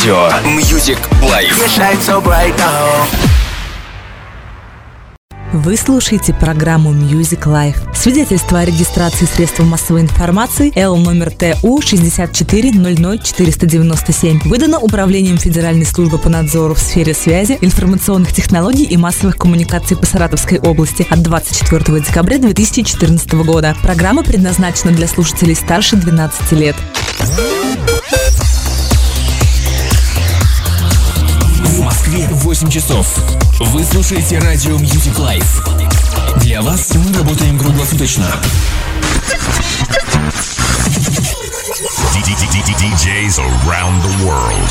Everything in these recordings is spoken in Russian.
Радио Music Life. Вы слушаете программу Music Life. Свидетельство о регистрации средств массовой информации Л номер ТУ 6400497 выдано Управлением Федеральной службы по надзору в сфере связи, информационных технологий и массовых коммуникаций по Саратовской области от 24 декабря 2014 года. Программа предназначена для слушателей старше 12 лет. В Москве 8 часов. Вы слушаете радио Music Life. Для вас мы работаем круглосуточно. DJs around the world.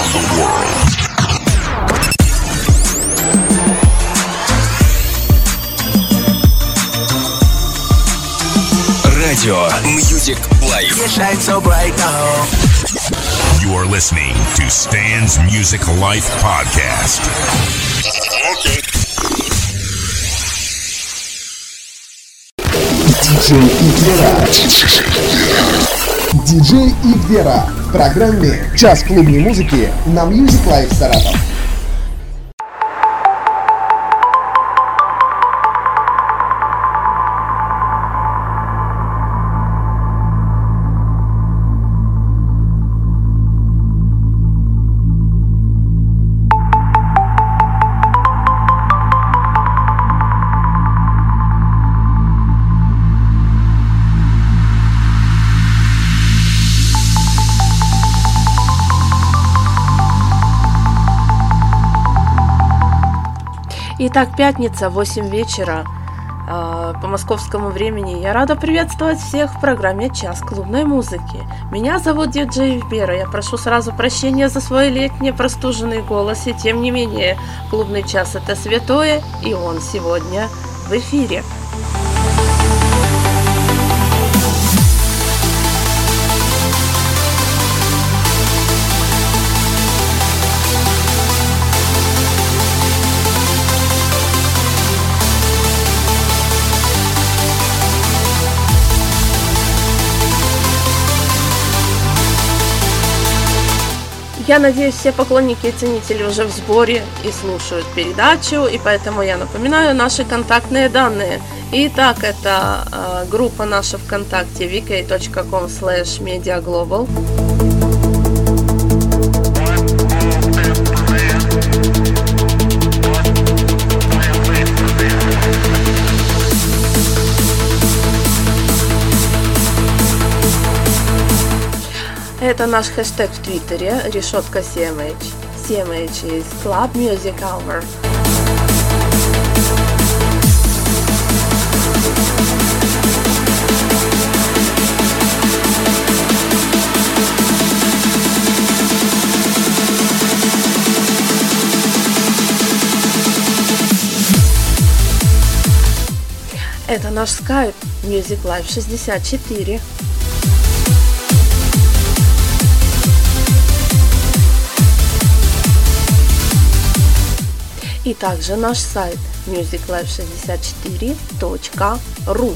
Радио Music Life. You are listening to Stan's Music Life podcast. Okay. Диджей и Вера. В программе «Час клубной музыки» на Music Life Саратов. Итак, пятница, 8 вечера по московскому времени. Я рада приветствовать всех в программе «Час клубной музыки». Меня зовут диджей Вера. Я прошу сразу прощения за свой летний простуженный голос. И тем не менее, клубный час – это святое, и он сегодня в эфире. Я надеюсь, все поклонники и ценители уже в сборе и слушают передачу, и поэтому я напоминаю наши контактные данные. Итак, это группа наша ВКонтакте vk.com/mediaglobal. Это наш хэштег в Твиттере, решетка CMH. CMH is Club Music Hour. Это наш скайп Music Life 64. И также наш сайт musiclife64.ru.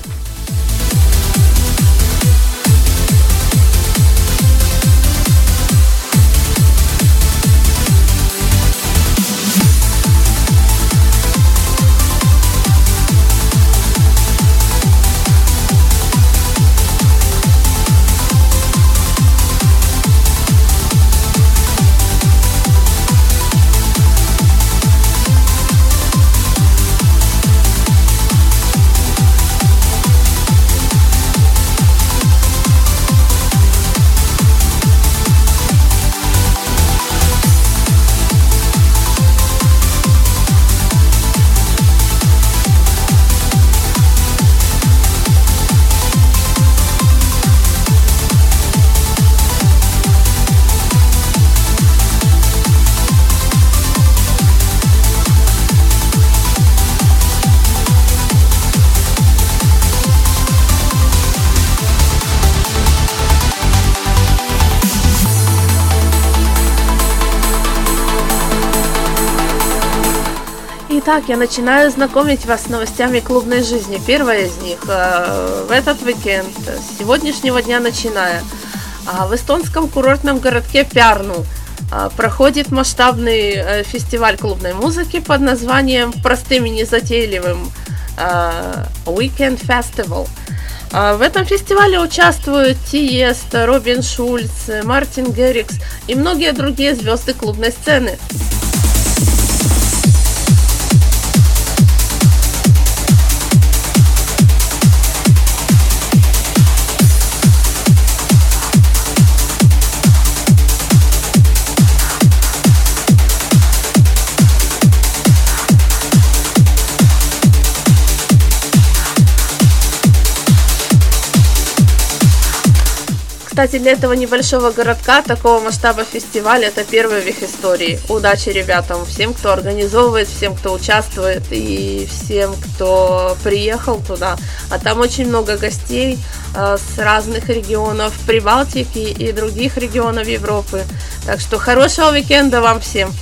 Итак, я начинаю знакомить вас с новостями клубной жизни. Первая из них в этот уикенд, с сегодняшнего дня начиная, в эстонском курортном городке Пярну проходит масштабный фестиваль клубной музыки под названием, простым и незатейливым, Weekend Festival. В этом фестивале участвуют Тиесто, Робин Шульц, Мартин Геррикс и многие другие звезды клубной сцены. Кстати, для этого небольшого городка такого масштаба фестиваля это первый в их истории. Удачи ребятам, всем, кто организовывает, всем, кто участвует и всем, кто приехал туда. А там очень много гостей с разных регионов Прибалтики и других регионов Европы. Так что хорошего уикенда вам всем!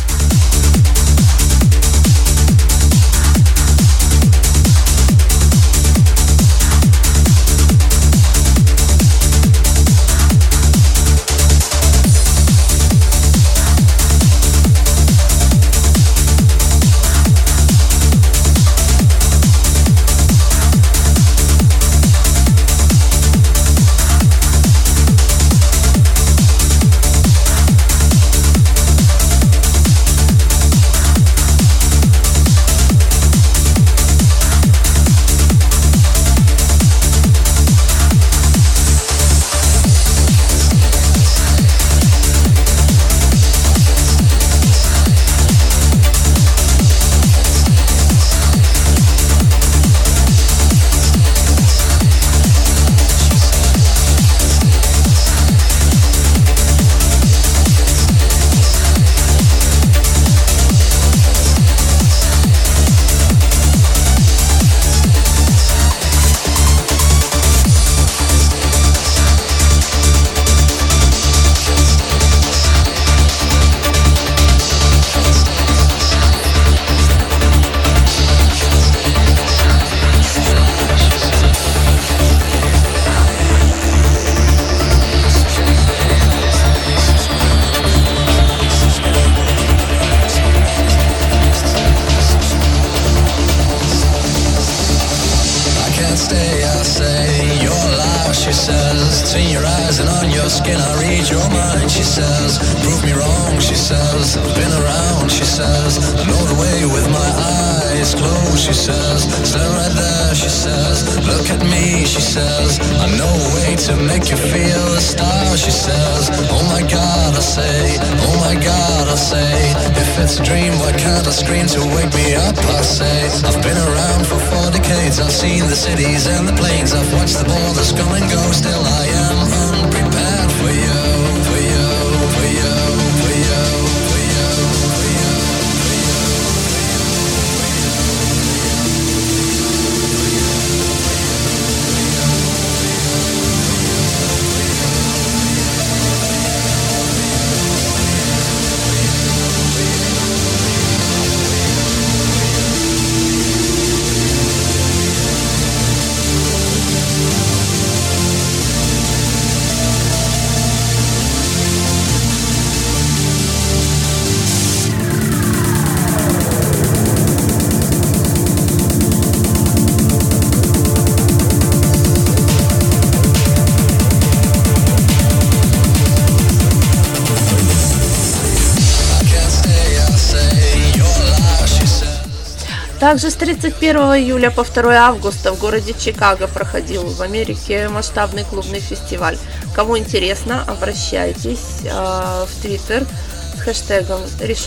Также с 31 июля по 2 августа в городе Чикаго проходил в Америке масштабный клубный фестиваль. Кому интересно, обращайтесь в Твиттер с хэштегом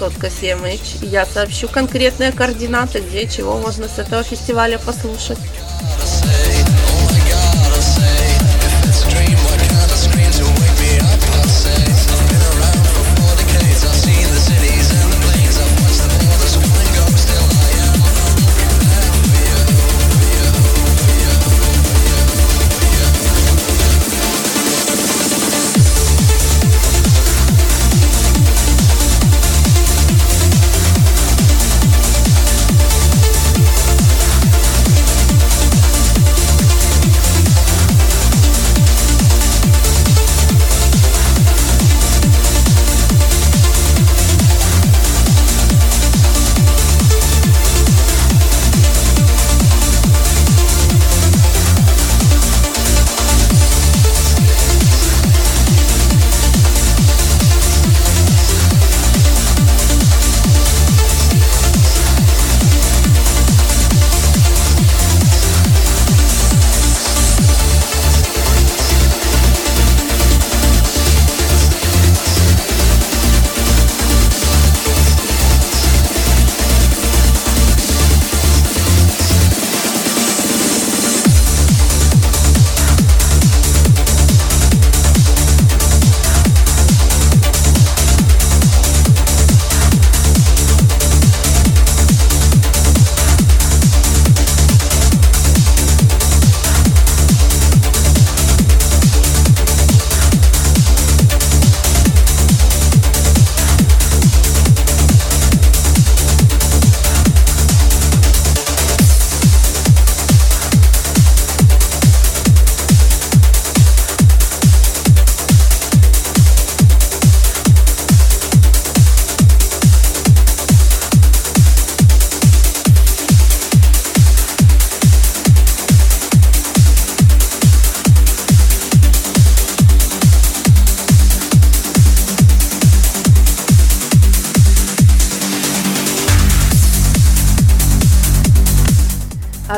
#CMH. Я сообщу конкретные координаты, где и чего можно с этого фестиваля послушать.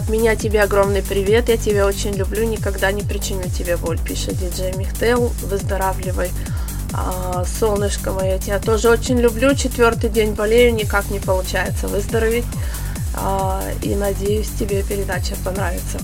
От меня тебе огромный привет, я тебя очень люблю, никогда не причиню тебе боль, пишет диджей Михтел. Выздоравливай, солнышко мое, я тебя тоже очень люблю. 4-й день болею, никак не получается выздороветь. И надеюсь, тебе передача понравится.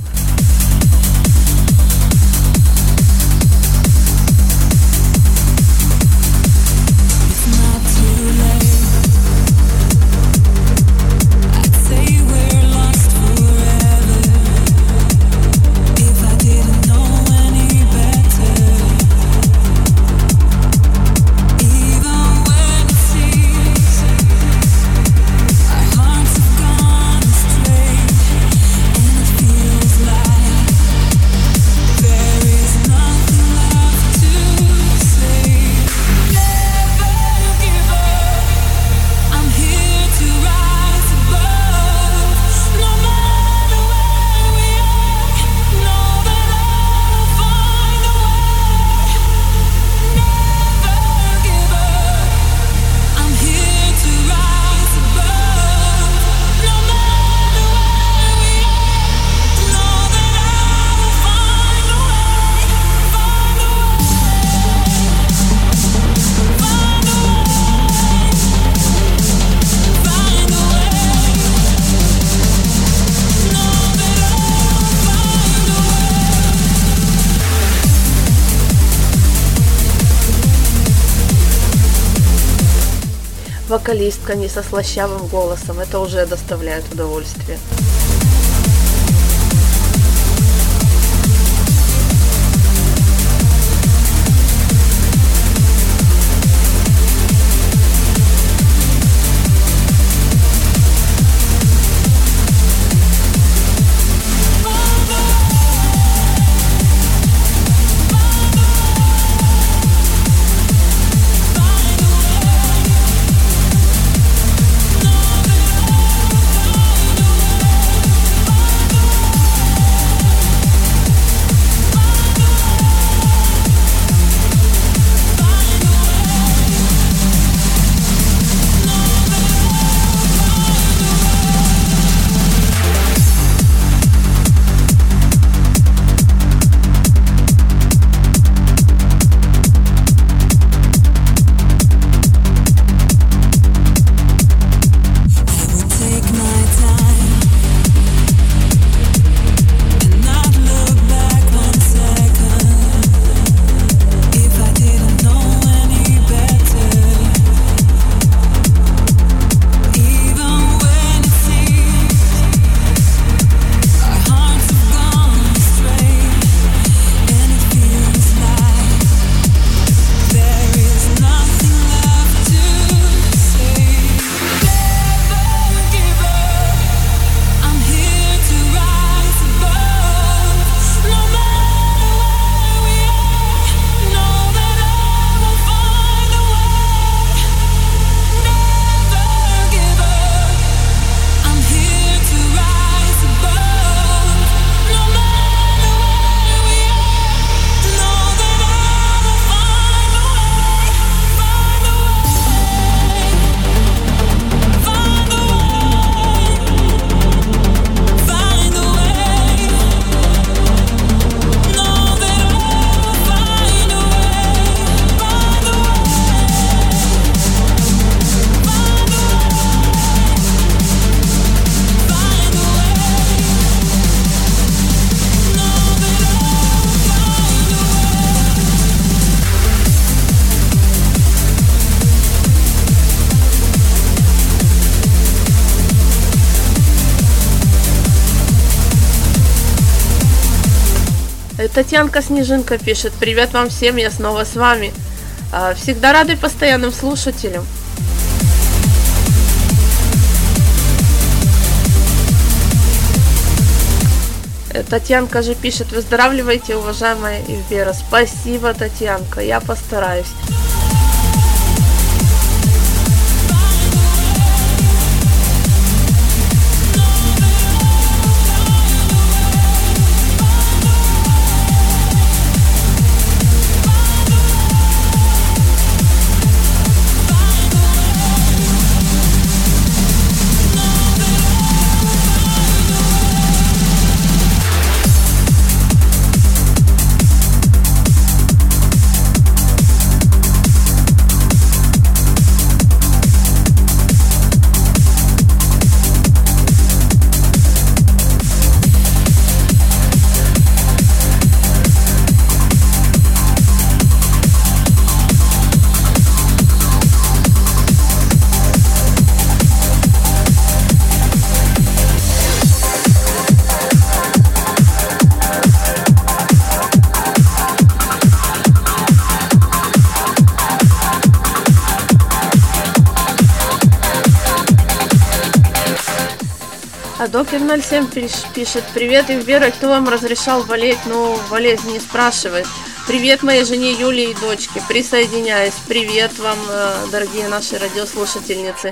Вокалистка не со слащавым голосом, это уже доставляет удовольствие. Татьянка Снежинка пишет: привет вам всем, я снова с вами. Всегда рады постоянным слушателям. Татьянка же пишет: выздоравливайте, уважаемая Ивбера. Спасибо, Татьянка, я постараюсь. Докер 07 пишет: привет, Вера, кто вам разрешал болеть? Ну, болезнь не спрашивает. Привет моей жене Юле и дочке. Присоединяюсь. Привет вам, дорогие наши радиослушательницы.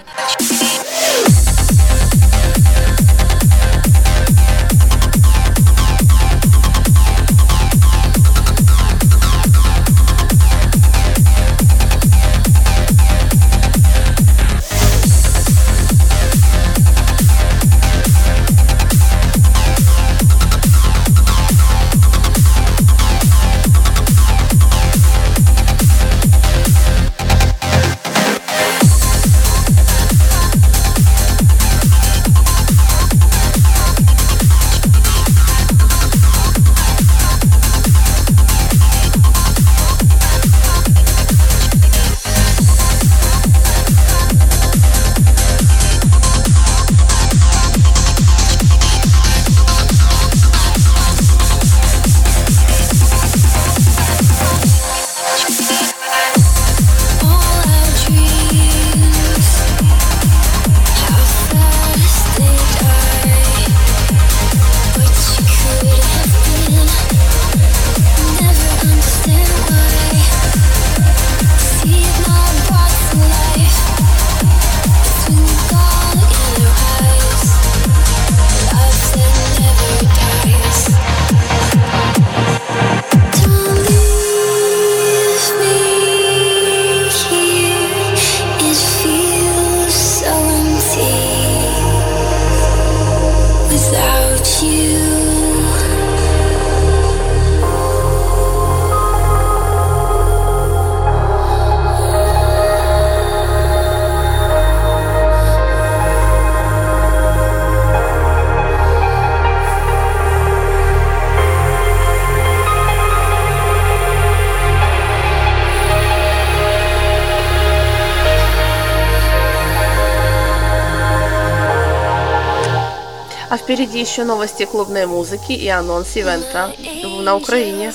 А впереди еще новости клубной музыки и анонс ивента на Украине.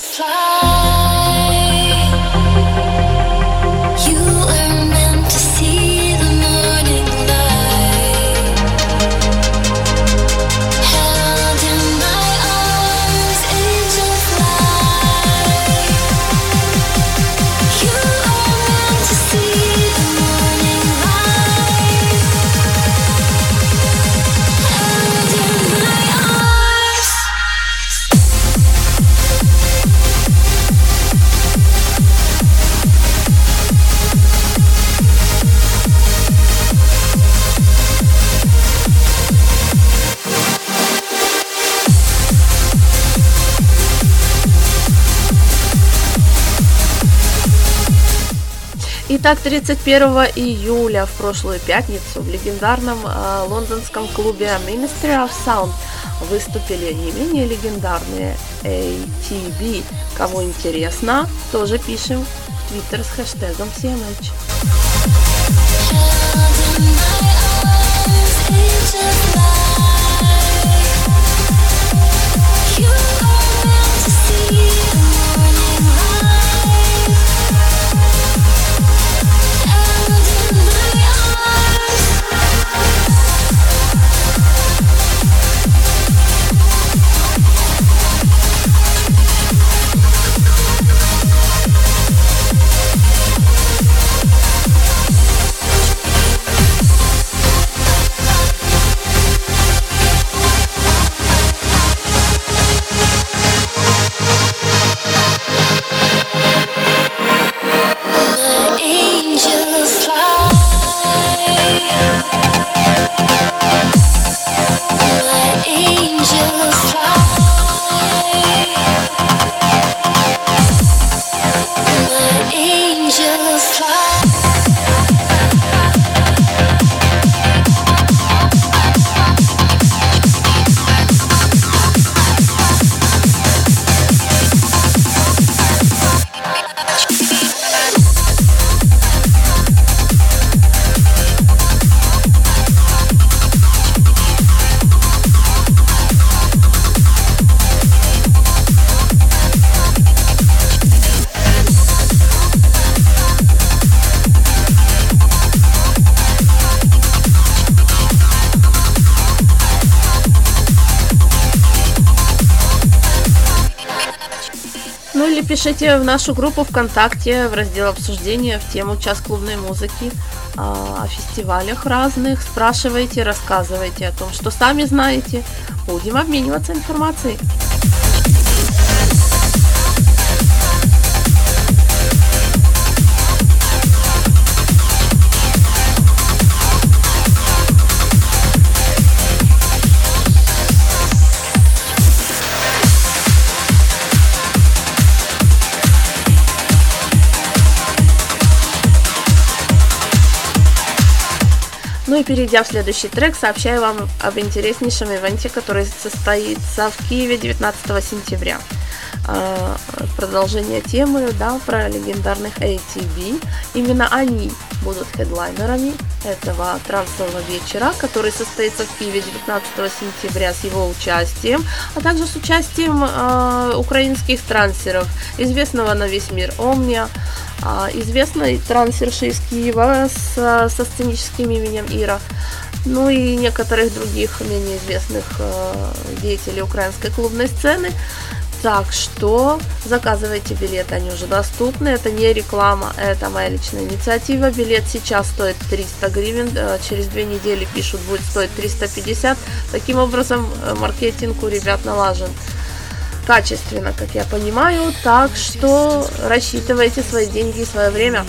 Итак, 31 июля, в прошлую пятницу, в легендарном лондонском клубе Ministry of Sound выступили не менее легендарные ATB. Кому интересно, тоже пишем в Твиттер с хэштегом CMH. Ну или пишите в нашу группу ВКонтакте в раздел обсуждения в тему «Час клубной музыки», о фестивалях разных, спрашивайте, рассказывайте о том, что сами знаете. Будем обмениваться информацией. Ну и перейдя в следующий трек, сообщаю вам об интереснейшем ивенте, который состоится в Киеве 19 сентября. Продолжение темы, да, про легендарных ATB. Именно они будут хедлайнерами этого трансового вечера, который состоится в Киеве 19 сентября с его участием, а также с участием украинских трансеров, известного на весь мир Omnia, известной трансерши из Киева со сценическим именем Ира, ну и некоторых других менее известных деятелей украинской клубной сцены. Так что заказывайте билеты, они уже доступны, это не реклама, это моя личная инициатива. Билет сейчас стоит 300 гривен, через 2 недели пишут, будет стоить 350. Таким образом, маркетинг у ребят налажен качественно, как я понимаю, так что рассчитывайте свои деньги и свое время.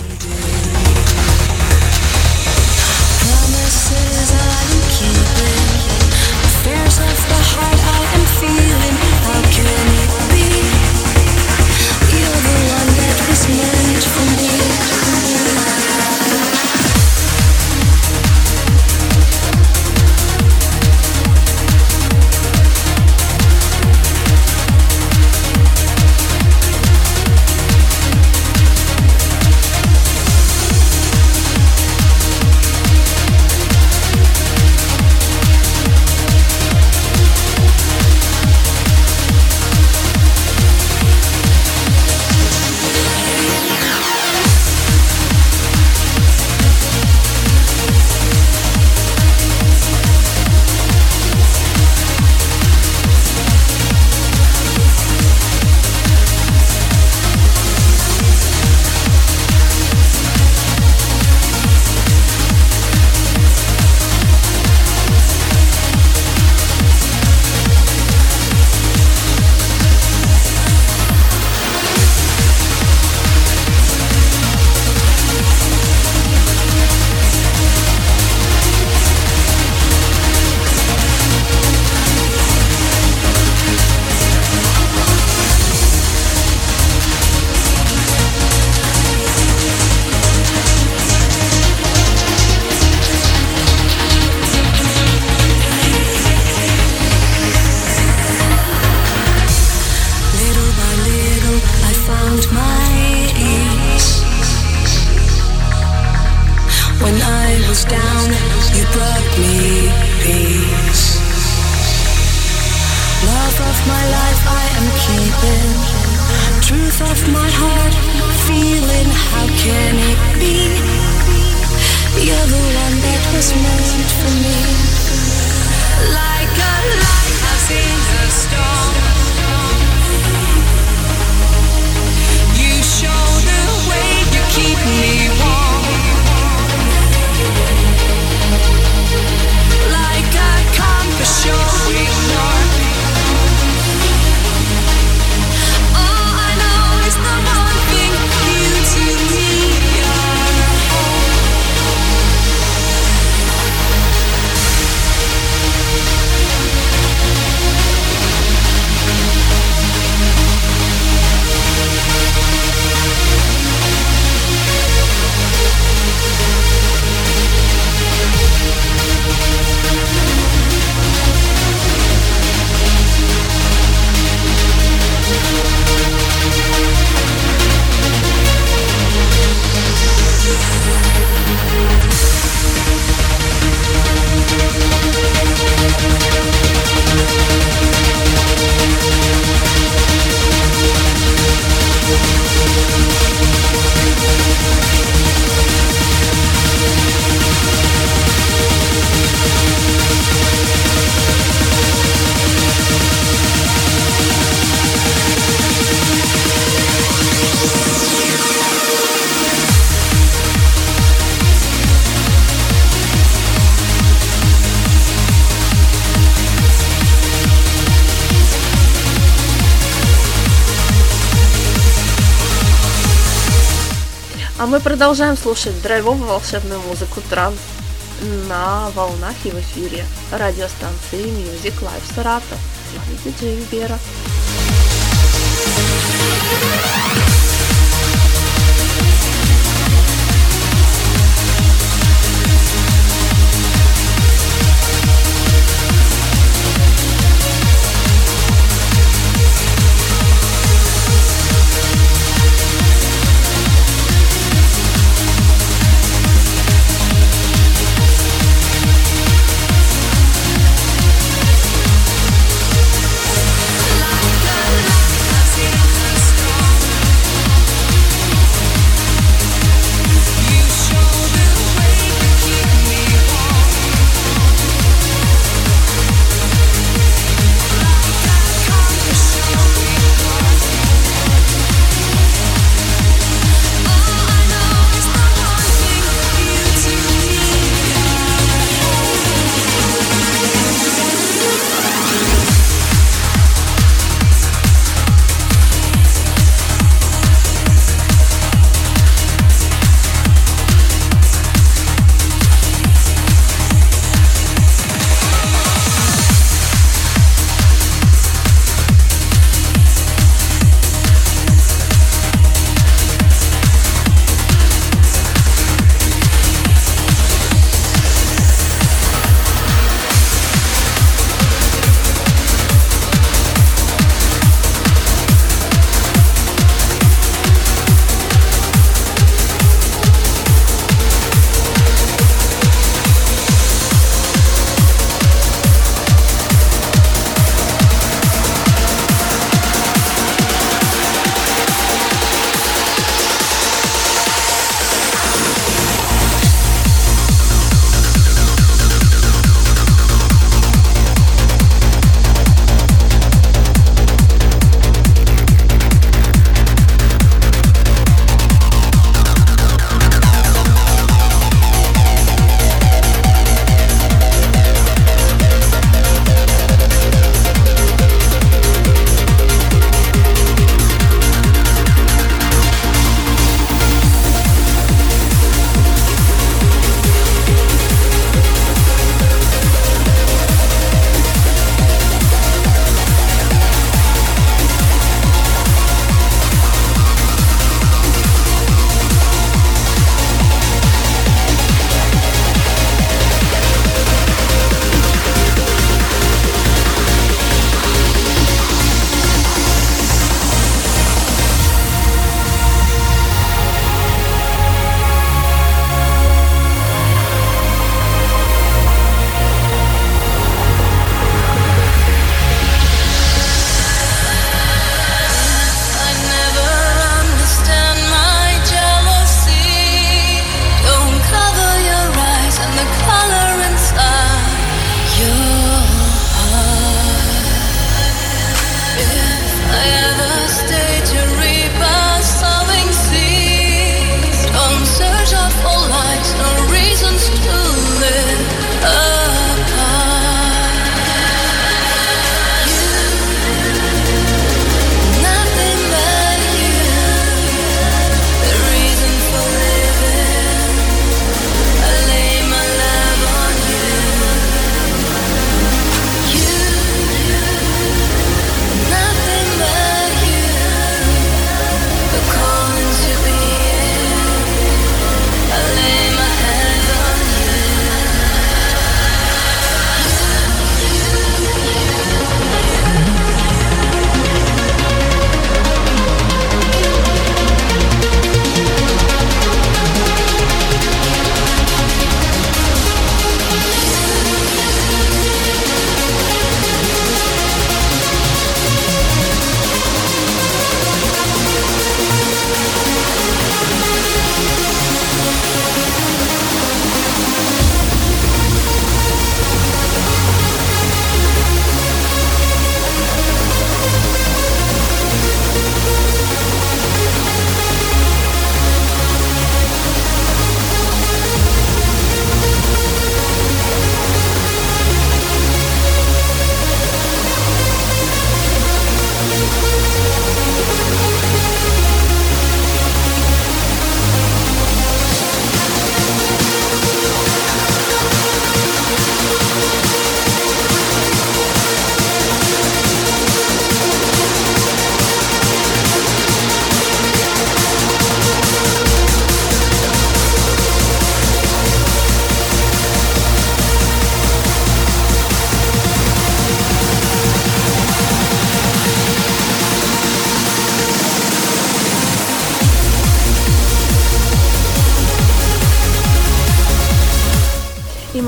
А мы продолжаем слушать драйвовую волшебную музыку транс на волнах и в эфире радиостанции Music Life Саратов. С вами диджей Вера.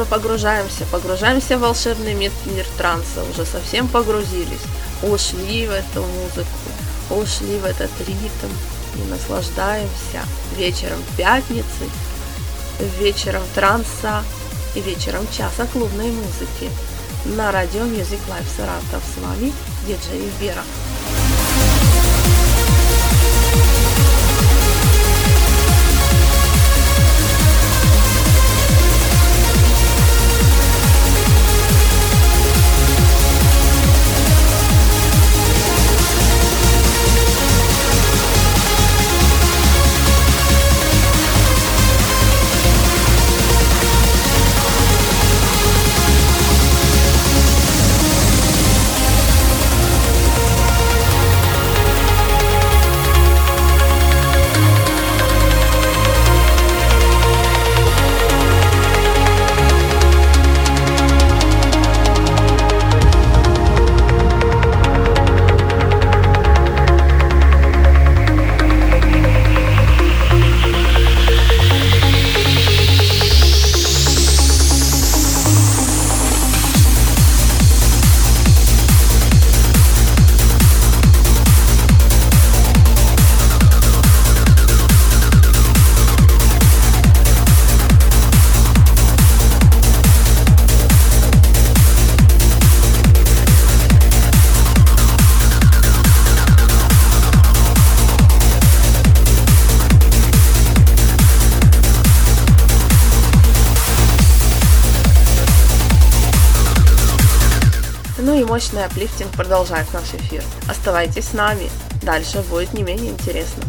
погружаемся в волшебный мир транса, уже совсем погрузились, ушли в эту музыку, ушли в этот ритм и наслаждаемся вечером пятницы, вечером транса и вечером часа клубной музыки на радио Music Life Саратов. С вами диджей Вера. Мощный аплифтинг продолжает наш эфир. Оставайтесь с нами, дальше будет не менее интересно.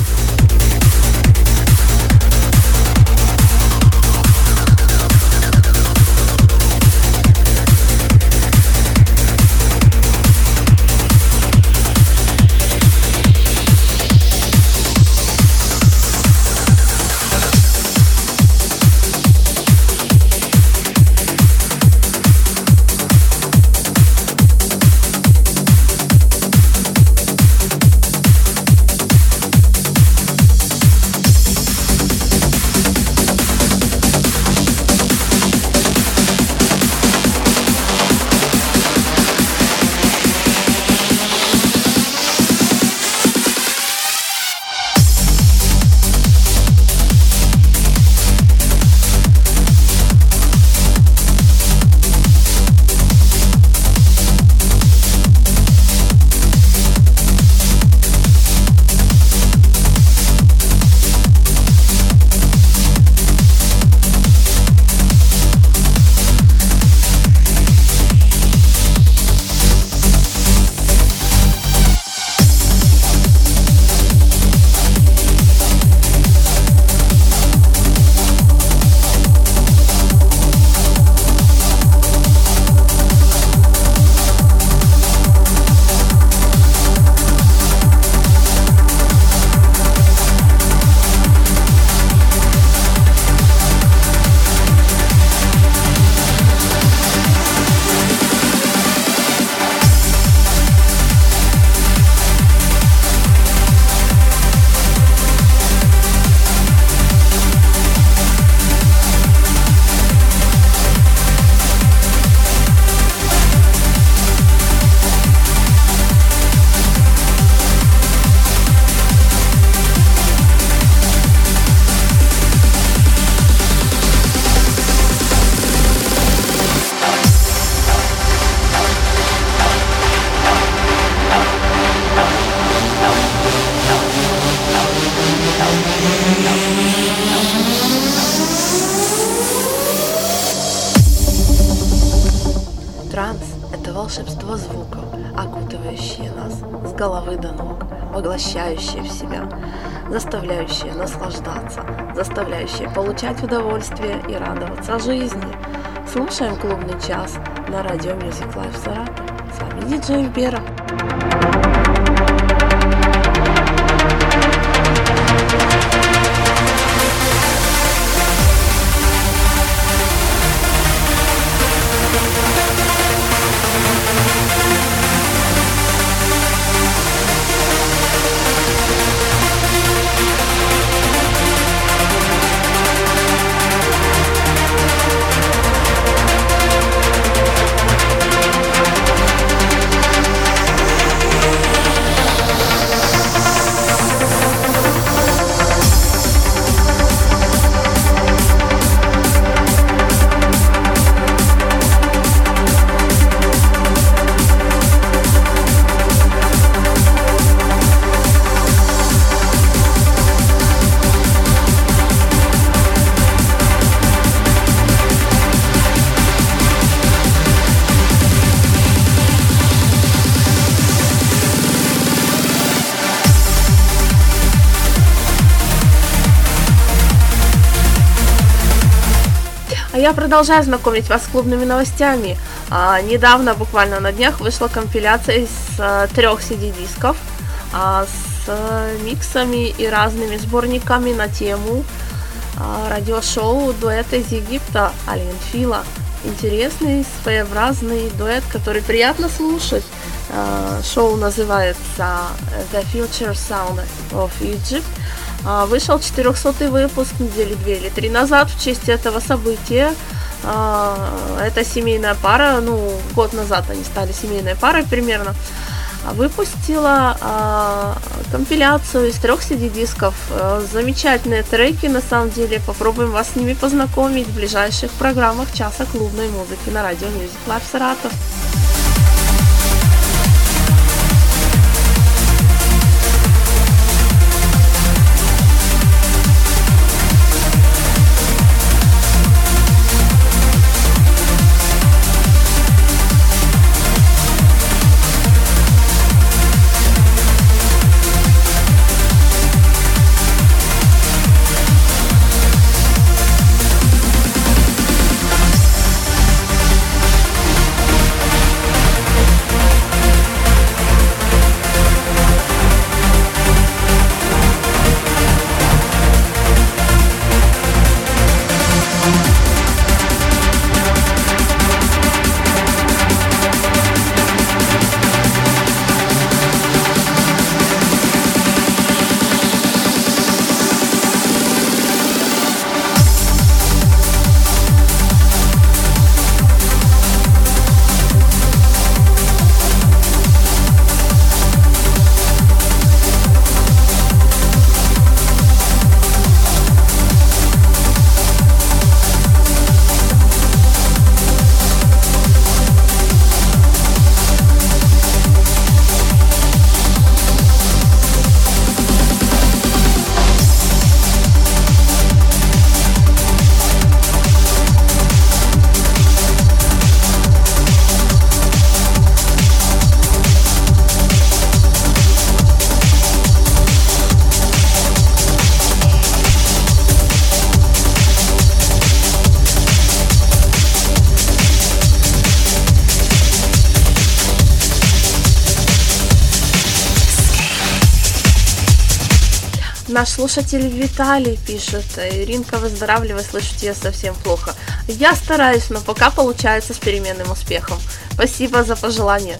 волшебство звуков, окутывающее нас с головы до ног, поглощающее в себя, заставляющее наслаждаться, заставляющее получать удовольствие и радоваться жизни. Слушаем клубный час на радио Music Life Саратов. С вами диджей Вера. А я продолжаю знакомить вас с клубными новостями. Недавно, буквально на днях, вышла компиляция из 3 CD-дисков с миксами и разными сборниками на тему радиошоу дуэта из Египта Али энд Фила. Интересный, своеобразный дуэт, который приятно слушать. Шоу называется The Future Sound of Egypt. Вышел 400-й выпуск недели 2 или 3 назад в честь этого события. Это семейная пара, год назад они стали семейной парой примерно. Выпустила компиляцию из 3 CD-дисков. Замечательные треки, на самом деле. Попробуем вас с ними познакомить в ближайших программах часа клубной музыки на радио Music Live Саратов. Наш слушатель Виталий пишет: Иринка, выздоравливай, слышу тебя совсем плохо. Я стараюсь, но пока получается с переменным успехом. Спасибо за пожелание.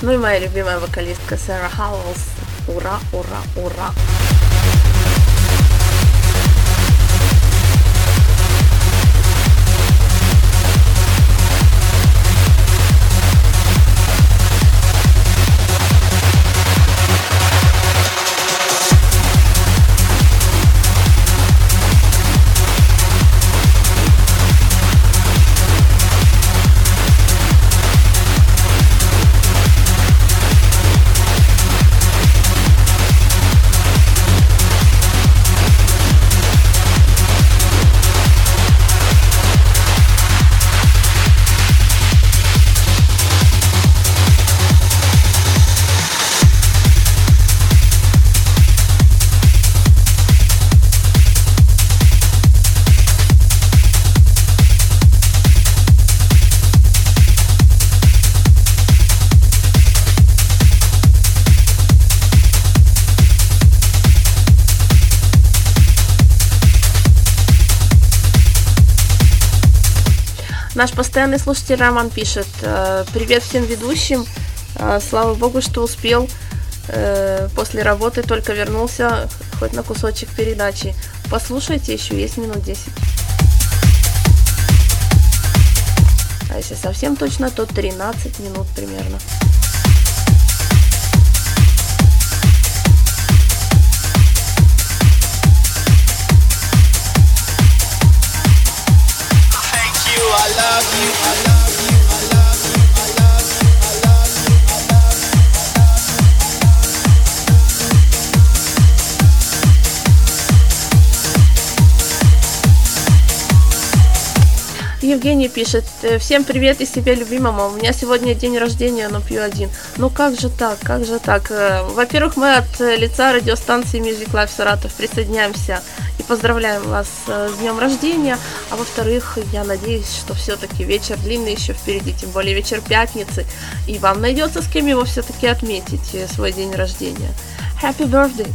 Ну и моя любимая вокалистка Сара Хауэлс. Ура, ура, ура! Наш постоянный слушатель Роман пишет: привет всем ведущим, слава богу, что успел, после работы только вернулся, хоть на кусочек передачи. Послушайте, еще есть минут 10. А если совсем точно, то 13 минут примерно. I love you, I love you, I love you, I love you, I love you, I love you. Евгений пишет: всем привет из себя любимому. У меня сегодня день рождения, но пью один. Ну как же так, как же так? Во-первых, мы от лица радиостанции Music Life Саратов присоединяемся и поздравляем вас с днем рождения. А во-вторых, я надеюсь, что все-таки вечер длинный еще впереди, тем более вечер пятницы, и вам найдется с кем его все-таки отметить, свой день рождения. Happy birthday!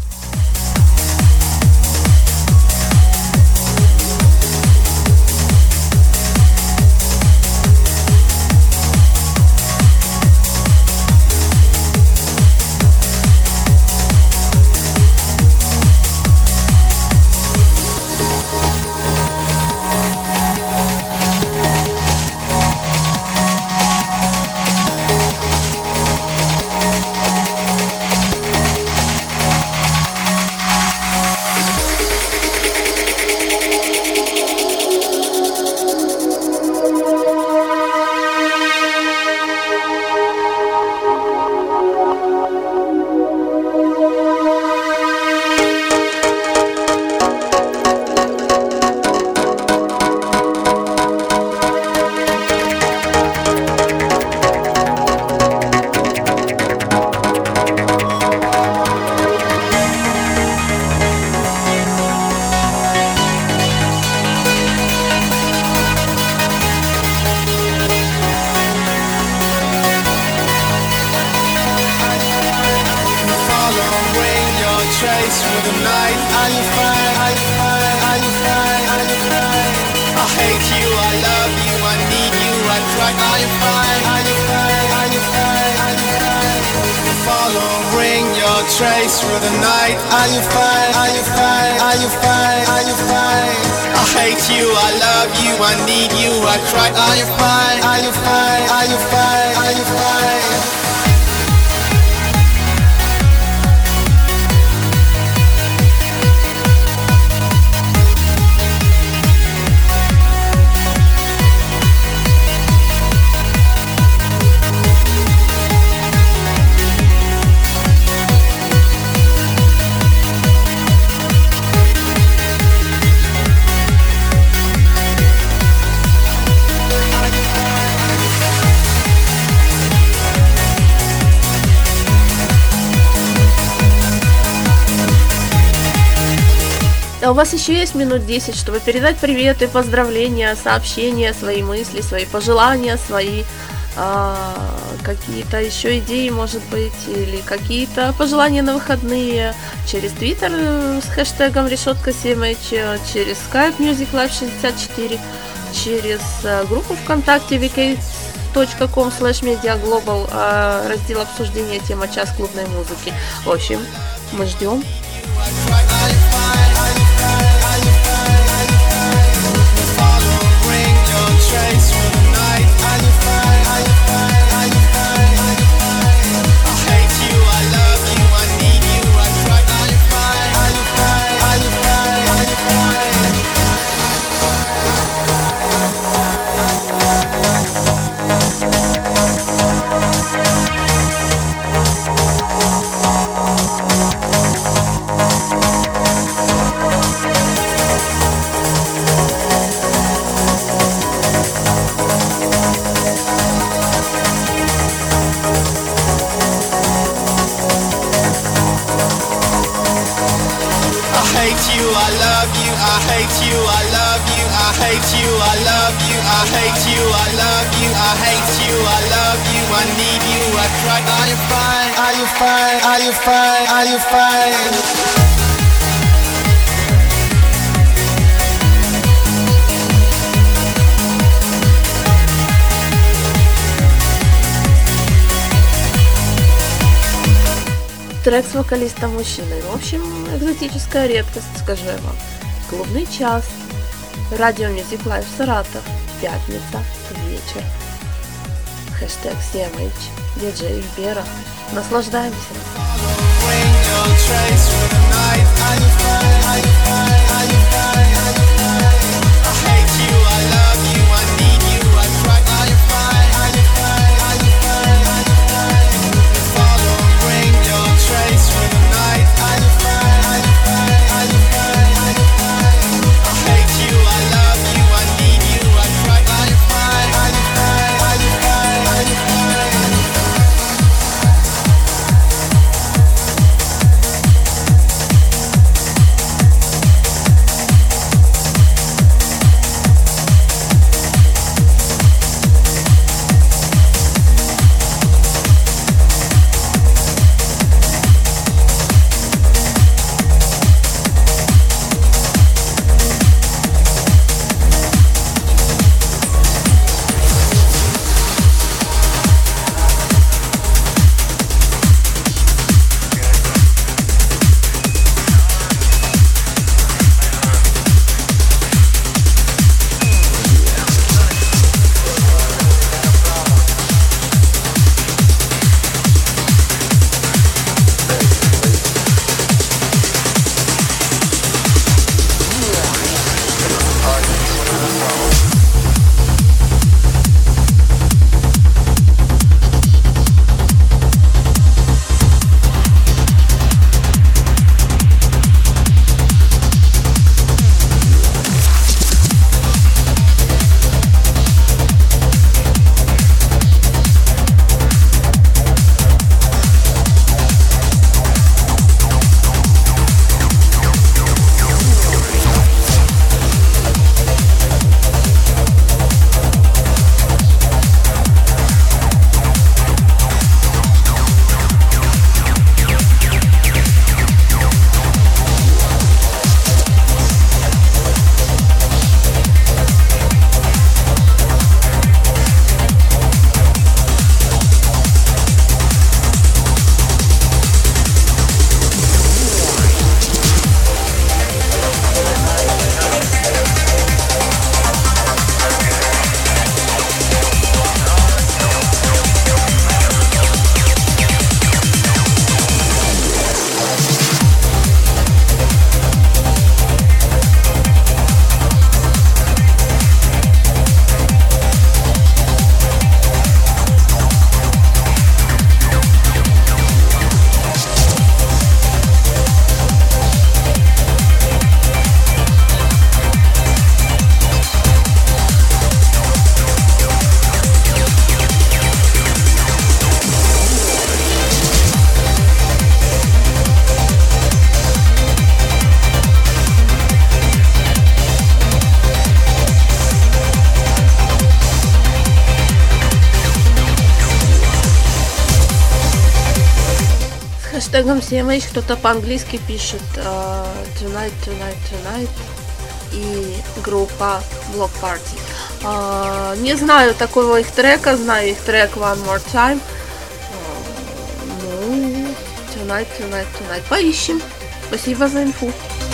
trace through the night. Are you fine? Are you fine? Are you fine? Are you fine? I hate you, I love you, I need you, I cry. Are you fine? Are you fine? Are you fine? Are you fine? Follow, bring your trace through the night. Are you fine? Are you fine? Are you fine? Are you fine? I hate you, I love you, I need you, I cry. Are you fine? Are you fine? Are you fine? Are you fine? А у вас еще есть минут 10, чтобы передать приветы, поздравления, сообщения, свои мысли, свои пожелания, свои какие-то еще идеи, может быть, или какие-то пожелания на выходные через Twitter с хэштегом решетка7h, через Skype Music Live 64, через группу ВКонтакте VK facebook.com/mediaglobal, раздел обсуждения, тема «Час клубной музыки». В общем, мы ждем. Трек с вокалистом мужчиной. В общем, экзотическая редкость, скажу я вам. Клубный час. Радио Music Life Саратов. Пятница. Вечер. Хэштег CMH. Диджей Бера. Наслаждаемся. хэштегом CMH кто-то по-английски пишет Tonight, Tonight, Tonight и группа Block Party. Не знаю такого их трека, знаю их трек One More Time. Tonight. Поищем. Спасибо за инфу.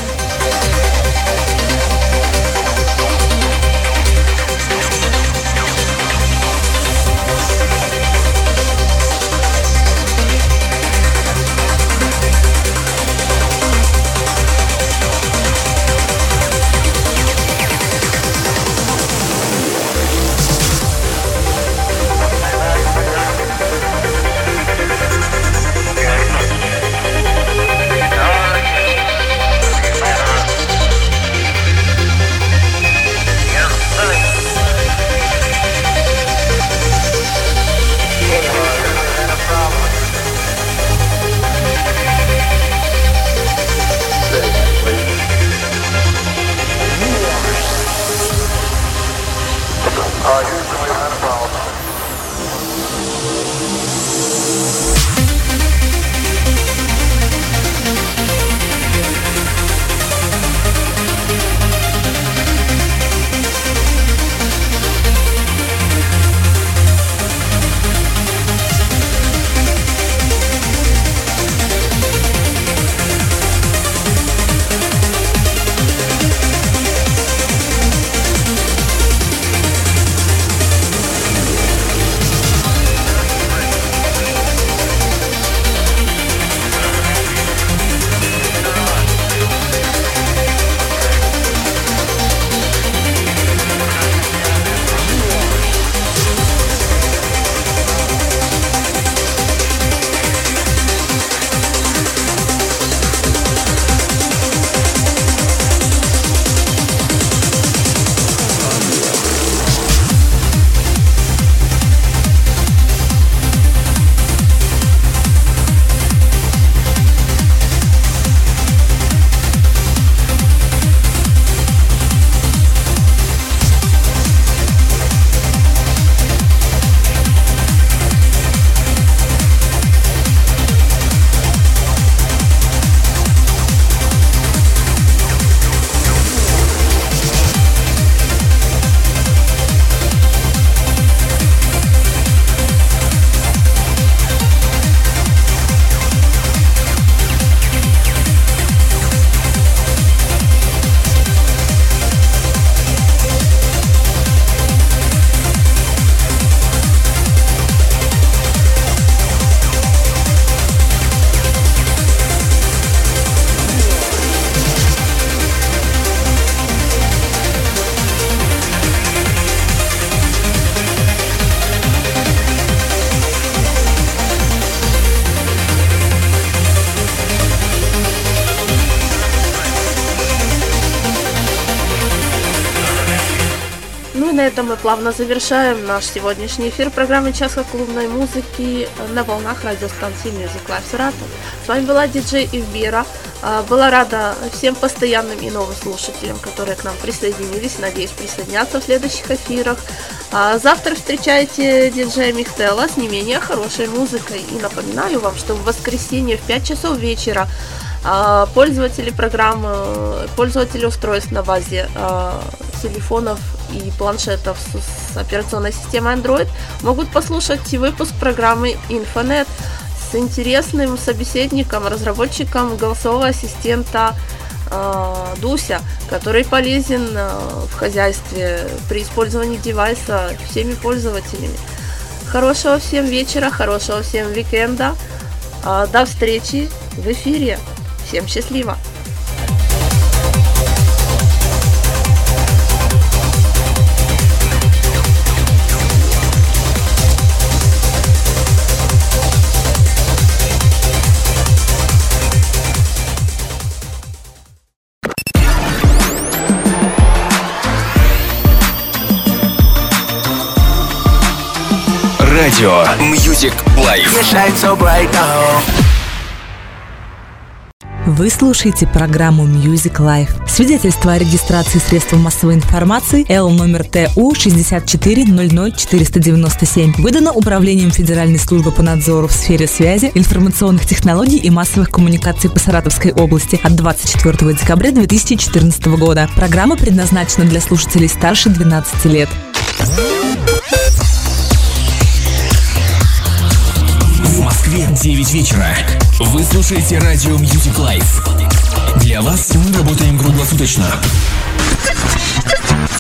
На этом мы плавно завершаем наш сегодняшний эфир программы «Час клубной музыки» на волнах радиостанции Music Life Саратов. С вами была диджей Ивбера. Была рада всем постоянным и новым слушателям, которые к нам присоединились. Надеюсь, присоединятся в следующих эфирах. Завтра встречайте диджея Михтела с не менее хорошей музыкой. И напоминаю вам, что в воскресенье в 5 часов вечера пользователи программы, пользователи устройств на базе телефонов и планшетов с операционной системой Android могут послушать выпуск программы Infonet с интересным собеседником, разработчиком голосового ассистента Дуся, который полезен в хозяйстве при использовании девайса всеми пользователями. Хорошего всем вечера, хорошего всем уикенда. До встречи в эфире. Всем счастливо! Радио Music Life. Вы слушаете программу Music Life. Свидетельство о регистрации средств массовой информации Л номер ТУ 6400497 выдано Управлением Федеральной службы по надзору в сфере связи, информационных технологий и массовых коммуникаций по Саратовской области от 24 декабря 2014 года. Программа предназначена для слушателей старше 12 лет. В Москве 9 вечера. Вы слушаете радио Music Life. Для вас мы работаем круглосуточно.